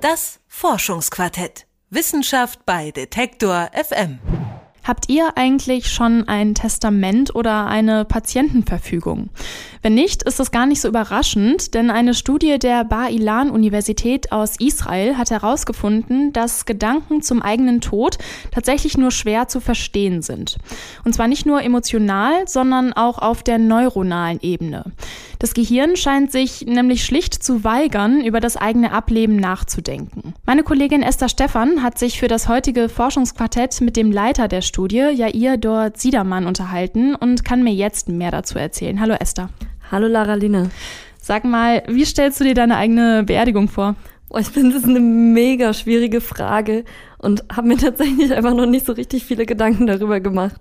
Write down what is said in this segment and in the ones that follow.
Das Forschungsquartett. Wissenschaft bei Detektor FM. Habt ihr eigentlich schon ein Testament oder eine Patientenverfügung? Wenn nicht, ist das gar nicht so überraschend, denn eine Studie der Bar-Ilan-Universität aus Israel hat herausgefunden, dass Gedanken zum eigenen Tod tatsächlich nur schwer zu verstehen sind. Und zwar nicht nur emotional, sondern auch auf der neuronalen Ebene. Das Gehirn scheint sich nämlich schlicht zu weigern, über das eigene Ableben nachzudenken. Meine Kollegin Esther Stephan hat sich für das heutige Forschungsquartett mit dem Leiter der Studie, Yair Dor-Ziderman, unterhalten und kann mir jetzt mehr dazu erzählen. Hallo Esther. Hallo Lara-Lina. Sag mal, wie stellst du dir deine eigene Beerdigung vor? Ich finde, das ist eine mega schwierige Frage und habe mir tatsächlich einfach noch nicht so richtig viele Gedanken darüber gemacht.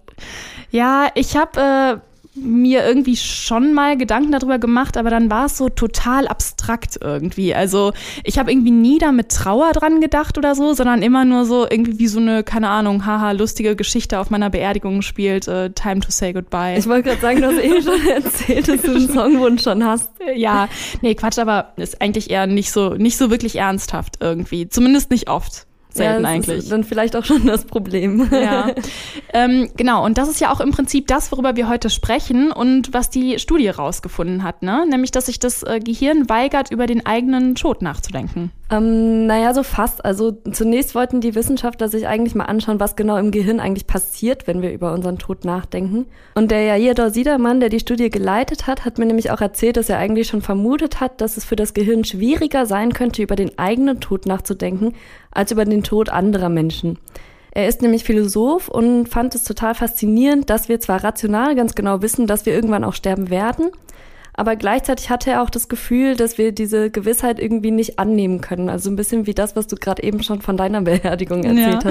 Ja, ich habe mir irgendwie schon mal Gedanken darüber gemacht, aber dann war es so total abstrakt irgendwie. Also ich habe irgendwie nie da mit Trauer dran gedacht oder so, sondern immer nur so irgendwie wie so eine, keine Ahnung, haha, lustige Geschichte auf meiner Beerdigung spielt, Time to Say Goodbye. Ich wollte gerade sagen, du hast schon erzählt, dass du einen Songwunsch schon hast. Ja, nee, Quatsch, aber ist eigentlich eher nicht so wirklich ernsthaft irgendwie. Zumindest nicht oft. Selten eigentlich. Das ist dann vielleicht auch schon das Problem. Ja, genau. Und das ist ja auch im Prinzip das, worüber wir heute sprechen und was die Studie rausgefunden hat, ne? Nämlich, dass sich das Gehirn weigert, über den eigenen Tod nachzudenken. Naja, so fast. Also zunächst wollten die Wissenschaftler sich eigentlich mal anschauen, was genau im Gehirn eigentlich passiert, wenn wir über unseren Tod nachdenken. Und der Yair Dor-Ziderman, der die Studie geleitet hat mir nämlich auch erzählt, dass er eigentlich schon vermutet hat, dass es für das Gehirn schwieriger sein könnte, über den eigenen Tod nachzudenken, als über den Tod anderer Menschen. Er ist nämlich Philosoph und fand es total faszinierend, dass wir zwar rational ganz genau wissen, dass wir irgendwann auch sterben werden, aber gleichzeitig hatte er auch das Gefühl, dass wir diese Gewissheit irgendwie nicht annehmen können. Also ein bisschen wie das, was du gerade eben schon von deiner Beerdigung erzählt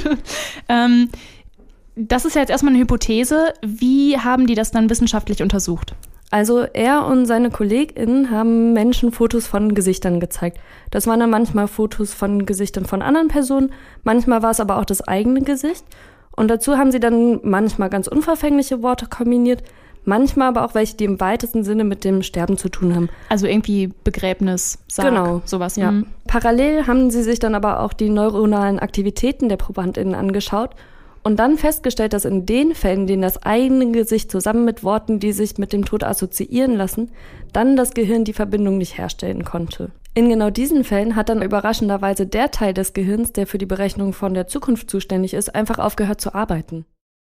hast. Das ist ja jetzt erstmal eine Hypothese. Wie haben die das dann wissenschaftlich untersucht? Also er und seine KollegInnen haben Menschen Fotos von Gesichtern gezeigt. Das waren dann manchmal Fotos von Gesichtern von anderen Personen, manchmal war es aber auch das eigene Gesicht. Und dazu haben sie dann manchmal ganz unverfängliche Worte kombiniert, manchmal aber auch welche, die im weitesten Sinne mit dem Sterben zu tun haben. Also irgendwie Begräbnis, Sarg, genau, sowas. Ja. Parallel haben sie sich dann aber auch die neuronalen Aktivitäten der ProbandInnen angeschaut und dann festgestellt, dass in den Fällen, in denen das eigene Gesicht zusammen mit Worten, die sich mit dem Tod assoziieren lassen, dann das Gehirn die Verbindung nicht herstellen konnte. In genau diesen Fällen hat dann überraschenderweise der Teil des Gehirns, der für die Berechnung von der Zukunft zuständig ist, einfach aufgehört zu arbeiten.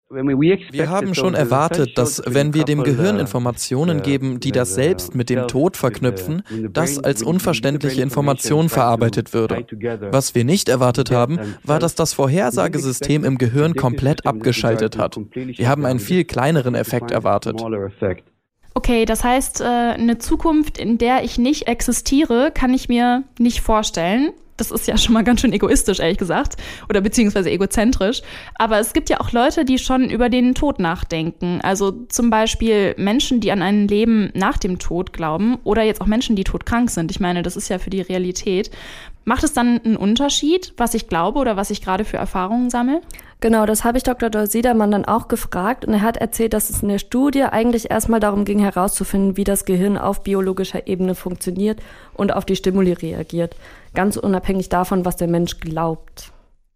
Wir haben schon erwartet, dass wenn wir dem Gehirn Informationen geben, die das selbst mit dem Tod verknüpfen, das als unverständliche Information verarbeitet würde. Was wir nicht erwartet haben, war, dass das Vorhersagesystem im Gehirn komplett abgeschaltet hat. Wir haben einen viel kleineren Effekt erwartet. Okay, das heißt, eine Zukunft, in der ich nicht existiere, kann ich mir nicht vorstellen. Das ist ja schon mal ganz schön egoistisch, ehrlich gesagt, oder beziehungsweise egozentrisch. Aber es gibt ja auch Leute, die schon über den Tod nachdenken. Also zum Beispiel Menschen, die an ein Leben nach dem Tod glauben oder jetzt auch Menschen, die todkrank sind. Ich meine, das ist ja für die Realität. Macht es dann einen Unterschied, was ich glaube oder was ich gerade für Erfahrungen sammle? Genau, das habe ich Dr. Dor-Ziderman dann auch gefragt und er hat erzählt, dass es in der Studie eigentlich erstmal darum ging, herauszufinden, wie das Gehirn auf biologischer Ebene funktioniert und auf die Stimuli reagiert, ganz unabhängig davon, was der Mensch glaubt.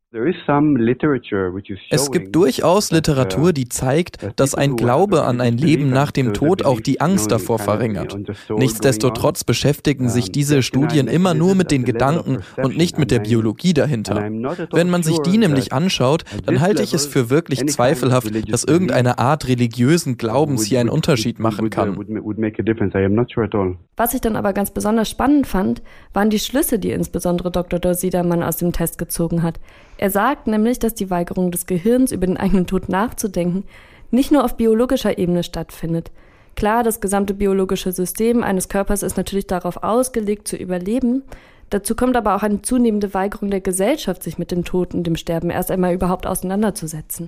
Es gibt durchaus Literatur, die zeigt, dass ein Glaube an ein Leben nach dem Tod auch die Angst davor verringert. Nichtsdestotrotz beschäftigen sich diese Studien immer nur mit den Gedanken und nicht mit der Biologie dahinter. Wenn man sich die nämlich anschaut, dann halte ich es für wirklich zweifelhaft, dass irgendeine Art religiösen Glaubens hier einen Unterschied machen kann. Was ich dann aber ganz besonders spannend fand, waren die Schlüsse, die insbesondere Dr. Dor-Ziderman aus dem Test gezogen hat. Er sagt nämlich, dass die Weigerung des Gehirns, über den eigenen Tod nachzudenken, nicht nur auf biologischer Ebene stattfindet. Klar, das gesamte biologische System eines Körpers ist natürlich darauf ausgelegt, zu überleben. Dazu kommt aber auch eine zunehmende Weigerung der Gesellschaft, sich mit dem Tod und dem Sterben erst einmal überhaupt auseinanderzusetzen.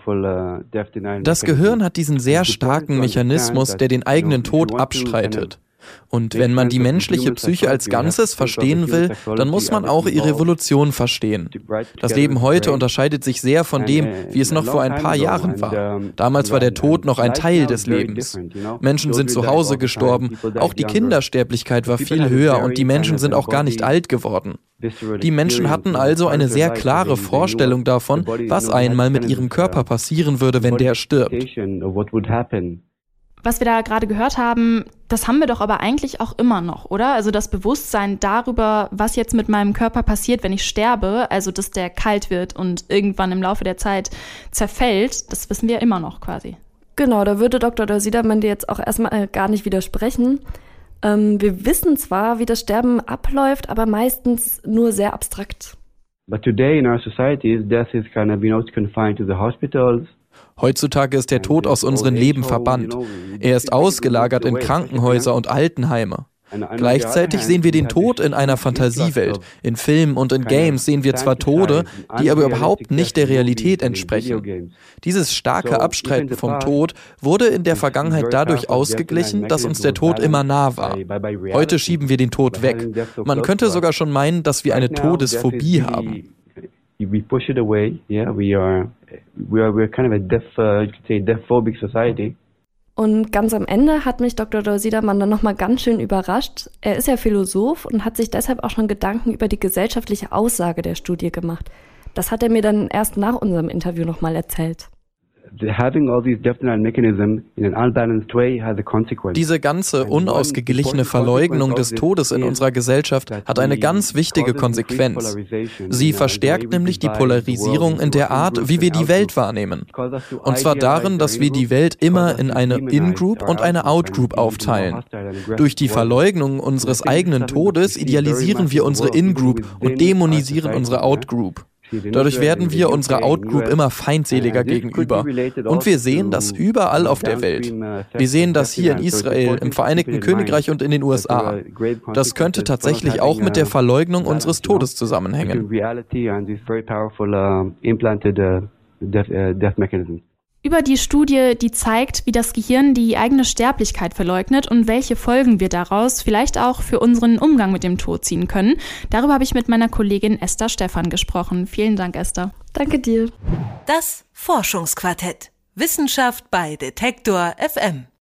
Das Gehirn hat diesen sehr starken Mechanismus, der den eigenen Tod abstreitet. Und wenn man die menschliche Psyche als Ganzes verstehen will, dann muss man auch ihre Evolution verstehen. Das Leben heute unterscheidet sich sehr von dem, wie es noch vor ein paar Jahren war. Damals war der Tod noch ein Teil des Lebens. Menschen sind zu Hause gestorben, auch die Kindersterblichkeit war viel höher und die Menschen sind auch gar nicht alt geworden. Die Menschen hatten also eine sehr klare Vorstellung davon, was einmal mit ihrem Körper passieren würde, wenn der stirbt. Was wir da gerade gehört haben, das haben wir doch aber eigentlich auch immer noch, oder? Also das Bewusstsein darüber, was jetzt mit meinem Körper passiert, wenn ich sterbe, also dass der kalt wird und irgendwann im Laufe der Zeit zerfällt, das wissen wir immer noch quasi. Genau, da würde Dr. Siedermann dir jetzt auch erstmal gar nicht widersprechen. Wir wissen zwar, wie das Sterben abläuft, aber meistens nur sehr abstrakt. But today in our society, death is kind of not confined to the hospitals. Heutzutage ist der Tod aus unserem Leben verbannt. Er ist ausgelagert in Krankenhäuser und Altenheime. Gleichzeitig sehen wir den Tod in einer Fantasiewelt. In Filmen und in Games sehen wir zwar Tode, die aber überhaupt nicht der Realität entsprechen. Dieses starke Abstreiten vom Tod wurde in der Vergangenheit dadurch ausgeglichen, dass uns der Tod immer nah war. Heute schieben wir den Tod weg. Man könnte sogar schon meinen, dass wir eine Todesphobie haben. We push it away. Yeah, we're kind of a death-phobic society. Und ganz am Ende hat mich Dr. Siedermann dann nochmal ganz schön überrascht. Er ist ja Philosoph und hat sich deshalb auch schon Gedanken über die gesellschaftliche Aussage der Studie gemacht. Das hat er mir dann erst nach unserem Interview nochmal erzählt. Diese ganze unausgeglichene Verleugnung des Todes in unserer Gesellschaft hat eine ganz wichtige Konsequenz. Sie verstärkt nämlich die Polarisierung in der Art, wie wir die Welt wahrnehmen. Und zwar darin, dass wir die Welt immer in eine In-Group und eine Out-Group aufteilen. Durch die Verleugnung unseres eigenen Todes idealisieren wir unsere In-Group und dämonisieren unsere Out-Group. Dadurch werden wir unserer Outgroup immer feindseliger gegenüber. Und wir sehen das überall auf der Welt. Wir sehen das hier in Israel, im Vereinigten Königreich und in den USA. Das könnte tatsächlich auch mit der Verleugnung unseres Todes zusammenhängen. Über die Studie, die zeigt, wie das Gehirn die eigene Sterblichkeit verleugnet und welche Folgen wir daraus vielleicht auch für unseren Umgang mit dem Tod ziehen können. Darüber habe ich mit meiner Kollegin Esther Stephan gesprochen. Vielen Dank, Esther. Danke dir. Das Forschungsquartett. Wissenschaft bei Detektor FM.